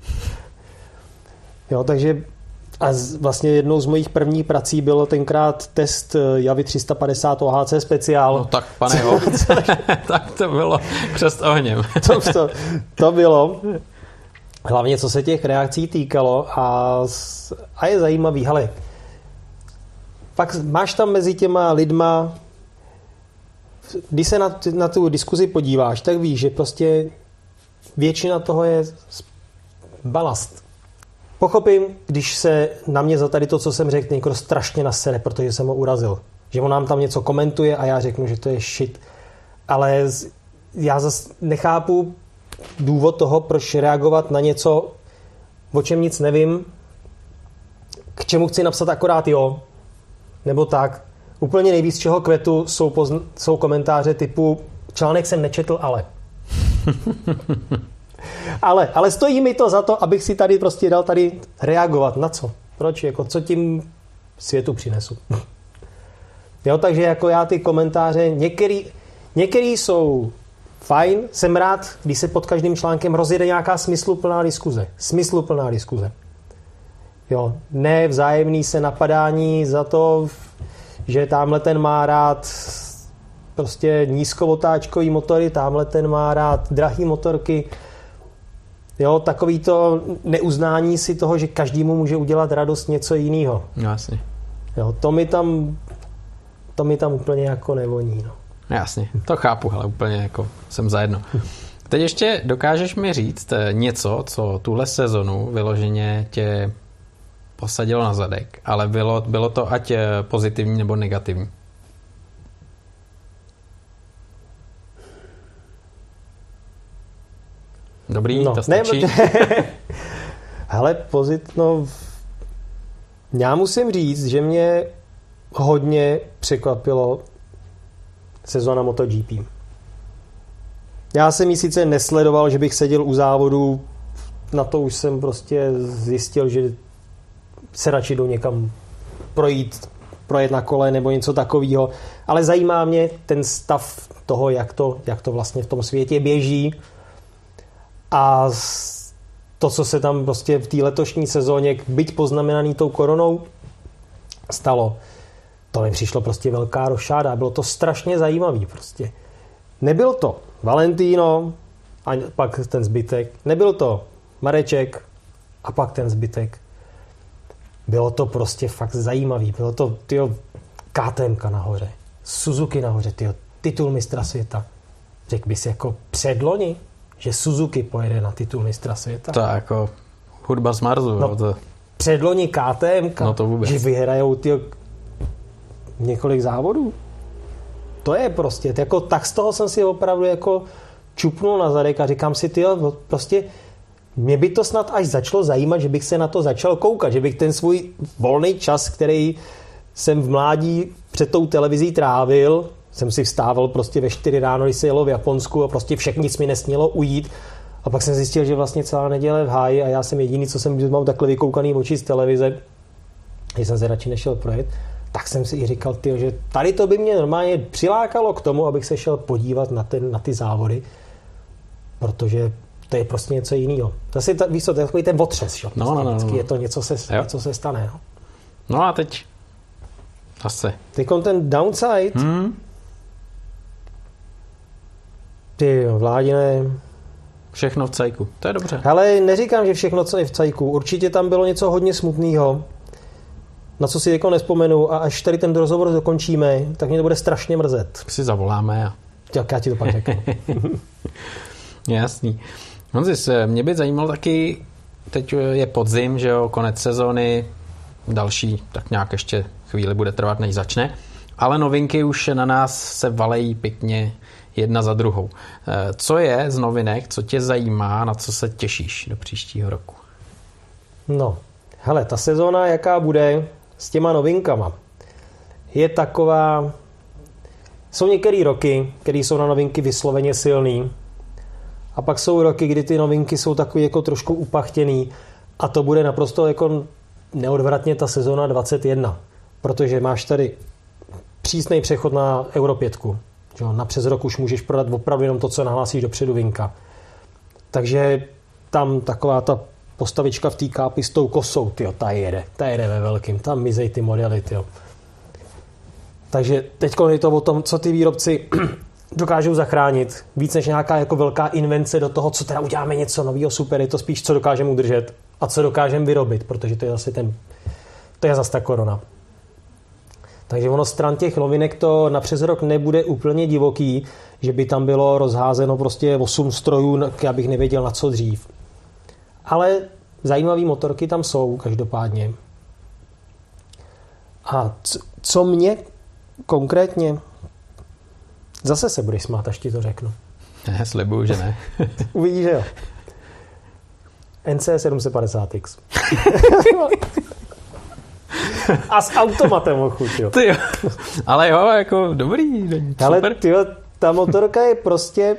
Speaker 2: Jo, takže a vlastně jednou z mojich prvních prací bylo tenkrát test Javy 350 OHC speciál.
Speaker 1: No tak, pane jo, tak to bylo křest ohněm.
Speaker 2: To bylo. Hlavně, co se těch reakcí týkalo a je zajímavý. Hele, pak máš tam mezi těma lidma, když se na tu diskuzi podíváš, tak víš, že prostě většina toho je balast. Pochopím, když se na mě za tady to, co jsem řekl, někdo strašně nasere, protože jsem ho urazil. Že on nám tam něco komentuje a já řeknu, že to je shit. Ale já zase nechápu důvod toho, proč reagovat na něco, o čem nic nevím, k čemu chci napsat akorát jo, nebo tak. Úplně nejvíc čeho kvetu jsou komentáře typu článek jsem nečetl, ale... Ale stojí mi to za to, abych si tady prostě dal tady reagovat. Na co? Proč? Jako, co tím světu přinesu? Jo, takže jako já ty komentáře, některý jsou fajn, jsem rád, když se pod každým článkem rozjede nějaká smysluplná diskuze. Jo, ne vzájemný se napadání za to, že tamhle ten má rád prostě nízkovotáčkový motory, tamhle ten má rád drahý motorky. Jo, takový to neuznání si toho, že každému může udělat radost něco jiného.
Speaker 1: Jasně.
Speaker 2: Jo, to mi tam úplně jako nevoní. No.
Speaker 1: Jasně, to chápu, ale úplně jako jsem zajedno. Teď ještě dokážeš mi říct něco, co tuhle sezonu vyloženě tě posadilo na zadek, ale bylo to ať pozitivní nebo negativní. Dobrý, no, to stačí. Hele, já musím říct, že mě hodně překvapilo sezona MotoGP. Já jsem ji sice nesledoval, že bych seděl u závodu, na to už jsem prostě zjistil, že se radši jdu někam projet na kole nebo něco takového, ale zajímá mě ten stav toho, jak to vlastně v tom světě běží a to, co se tam prostě v té letošní sezóně, byť poznamenaný tou koronou, stalo. To mi přišlo prostě velká rošáda. Bylo to strašně zajímavý prostě. Nebyl to Valentino a pak ten zbytek. Nebyl to Mareček a pak ten zbytek. Bylo to prostě fakt zajímavý. Bylo to, KTMka nahoře. Suzuki nahoře, titul mistra světa. Řekl bys jako předloni, že Suzuki pojede na titul mistra světa. To jako hudba z Marsu.
Speaker 2: No, to... Předloni KTMka,
Speaker 1: no to vůbec.
Speaker 2: Že vyhrajou několik závodů. To je prostě, tak z toho jsem si opravdu jako čupnul na zadek a říkám si, prostě mě by to snad až začalo zajímat, že bych se na to začal koukat, že bych ten svůj volný čas, který jsem v mládí před tou televizí trávil, jsem si vstával prostě ve 4 ráno, když se jelo v Japonsku a prostě všechno nic mi nesmělo ujít. A pak jsem zjistil, že vlastně celá neděle v háji a já jsem jediný, co jsem mám takhle vykoukaný oči z televize, že jsem se radši nešel projet, tak jsem si i říkal, tyjo, že tady to by mě normálně přilákalo k tomu, abych se šel podívat na ty závody, protože to je prostě něco jiného. Zase víš co, to je takový ten otřes, jo?
Speaker 1: No.
Speaker 2: Je to něco se stane. No,
Speaker 1: no a teď zase.
Speaker 2: Teď ten downside. Tyjo, Vládine.
Speaker 1: Všechno v cajku, to je dobře.
Speaker 2: Ale neříkám, že všechno, co je v cajku. Určitě tam bylo něco hodně smutného, na co si jako nespomenu a až tady ten rozhovor dokončíme, tak mě to bude strašně mrzet.
Speaker 1: Si zavoláme a...
Speaker 2: Tak já ti to pak řeknu.
Speaker 1: Jasný. Honzis, mě by zajímalo taky, teď je podzim, že jo, konec sezóny, další tak nějak ještě chvíli bude trvat, než začne, ale novinky už na nás se valejí pěkně jedna za druhou. Co je z novinek, co tě zajímá, na co se těšíš do příštího roku?
Speaker 2: No, hele, ta sezóna, jaká bude s těma novinkama, je taková... Jsou některé roky, které jsou na novinky vysloveně silný, a pak jsou roky, kdy ty novinky jsou takový jako trošku upachtěný a to bude naprosto jako neodvratně ta sezóna 21, protože máš tady přísný přechod na Euro 5. Na přes rok už můžeš prodat opravdu jenom to, co nahlásíš dopředu vinka. Takže tam taková ta postavička v té kápi s tou kosou, tyjo, ta jede ve velkým, tam mizej ty modely, tyjo. Takže teď je to o tom, co ty výrobci dokážou zachránit. Víc než nějaká jako velká invence do toho, co teda uděláme něco nového super, je to spíš, co dokážeme udržet a co dokážeme vyrobit, protože to je zase ta korona. Takže ono stran těch novinek to na přes rok nebude úplně divoký, že by tam bylo rozházeno prostě 8 strojů, já bych nevěděl na co dřív. Ale zajímavé motorky tam jsou každopádně. A co mě konkrétně... Zase se budeš smát, až ti to řeknu.
Speaker 1: Ne, slibuju, že ne.
Speaker 2: Uvidíš, že jo. NC 750X. A s automatem ochuť, jo.
Speaker 1: Tyjo. Ale jo, jako dobrý. Super.
Speaker 2: Ale tyjo, ta motorka je prostě...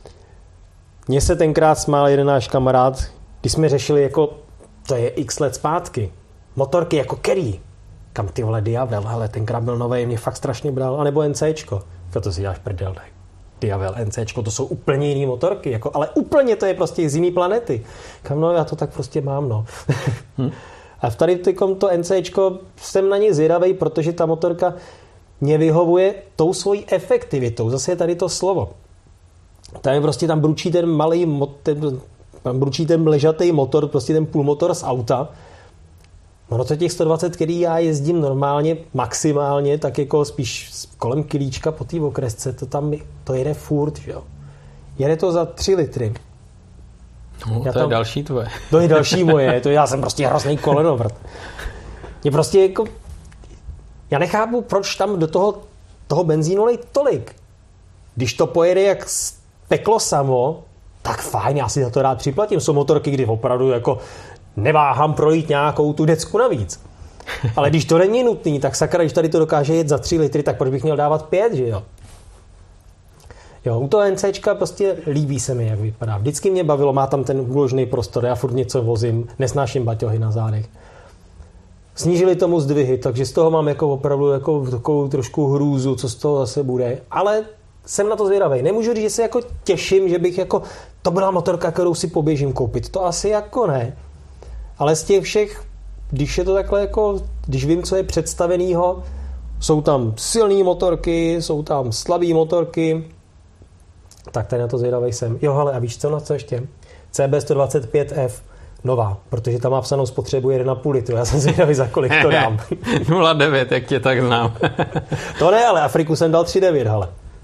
Speaker 2: Mně se tenkrát smál jeden náš kamarád, když jsme řešili jako, to je x let zpátky, motorky jako Kerry. Kam ty vole Diavel, hele, tenkrát byl novej, mě fakt strašně bral, anebo NCčko. To si děláš prdel, ne? Diavel, NCčko, to jsou úplně jiný motorky, jako, ale úplně to je prostě z jiný planety. Kam no, já to tak prostě mám, no. A v tady to NCčko jsem na něj zvědavej, protože ta motorka mě vyhovuje tou svojí efektivitou. Zase je tady to slovo. Tam prostě tam bručí ten malý, tam bručí ten ležatý motor, prostě ten půlmotor z auta. No to těch 120, který já jezdím normálně, maximálně, tak jako spíš kolem kilíčka po té okresce, to jede furt, že jo. Jede to za 3 litry.
Speaker 1: No, to je další tvoje.
Speaker 2: To je další moje, já jsem prostě hrozný kolenovrt. Mě prostě jako, já nechápu, proč tam do toho benzínu lej tolik. Když to pojede jak peklo samo, tak fajn, já si za to rád připlatím. Jsou motorky, kdy opravdu jako neváhám projít nějakou tu decku navíc. Ale když to není nutný, tak sakra, když tady to dokáže jet za 3 litry, tak proč bych měl dávat 5, že jo? Jo, u toho NCčka prostě líbí se mi, jak vypadá. Vždycky mě bavilo, má tam ten úložný prostor, já furt něco vozím, nesnáším baťohy na zádech. Snížili tomu zdvihy, takže z toho mám jako opravdu jako takovou trošku hrůzu, co z toho zase bude. Ale jsem na to zvědavej. Nemůžu říct, že se jako těším, že bych jako, to byla motorka, kterou si poběžím koupit. To asi jako ne. Ale z těch všech, když je to takhle jako, když vím, co je představenýho, jsou tam silné motorky, jsou tam slabé motorky, tak tady na to zvědavej jsem. Jo, ale a víš co, na co ještě? CB125F nová, protože tam má psanou spotřebu 1,5 litru. Já jsem zvědavý, za kolik to dám.
Speaker 1: 0,9, jak tě tak znám.
Speaker 2: To ne, ale Afriku jsem dal 3,9, hele.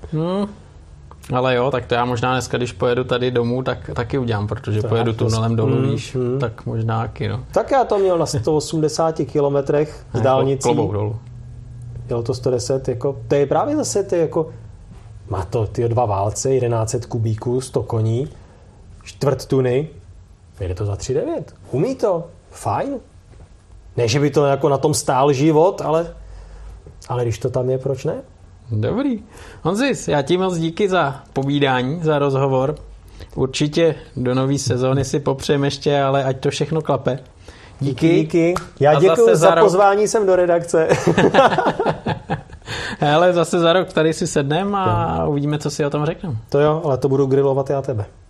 Speaker 1: Ale jo, tak to já možná dneska, když pojedu tady domů, tak taky udělám, protože to pojedu tunelem dolů, víš, tak možná taky, no.
Speaker 2: Tak já to měl na 180 kilometrech z dálnicí.
Speaker 1: Klobouk dolů.
Speaker 2: Jelo to 110, jako, to je právě zase, ty jako, má to ty 2 válce, 1100 kubíků, 100 koní, 1/4 tuny, jede to za 3,9. Umí to, fajn. Ne, že by to jako na tom stál život, ale když to tam je, proč ne?
Speaker 1: Dobrý. Honzis, já ti moc díky za povídání, za rozhovor. Určitě do nové sezóny si popřejem ještě, ale ať to všechno klape.
Speaker 2: Díky. Já děkuji za pozvání sem do redakce.
Speaker 1: Ale zase za rok tady si sedneme a uvidíme, co si o tom řekneme.
Speaker 2: To jo, ale to budu grilovat já tebe.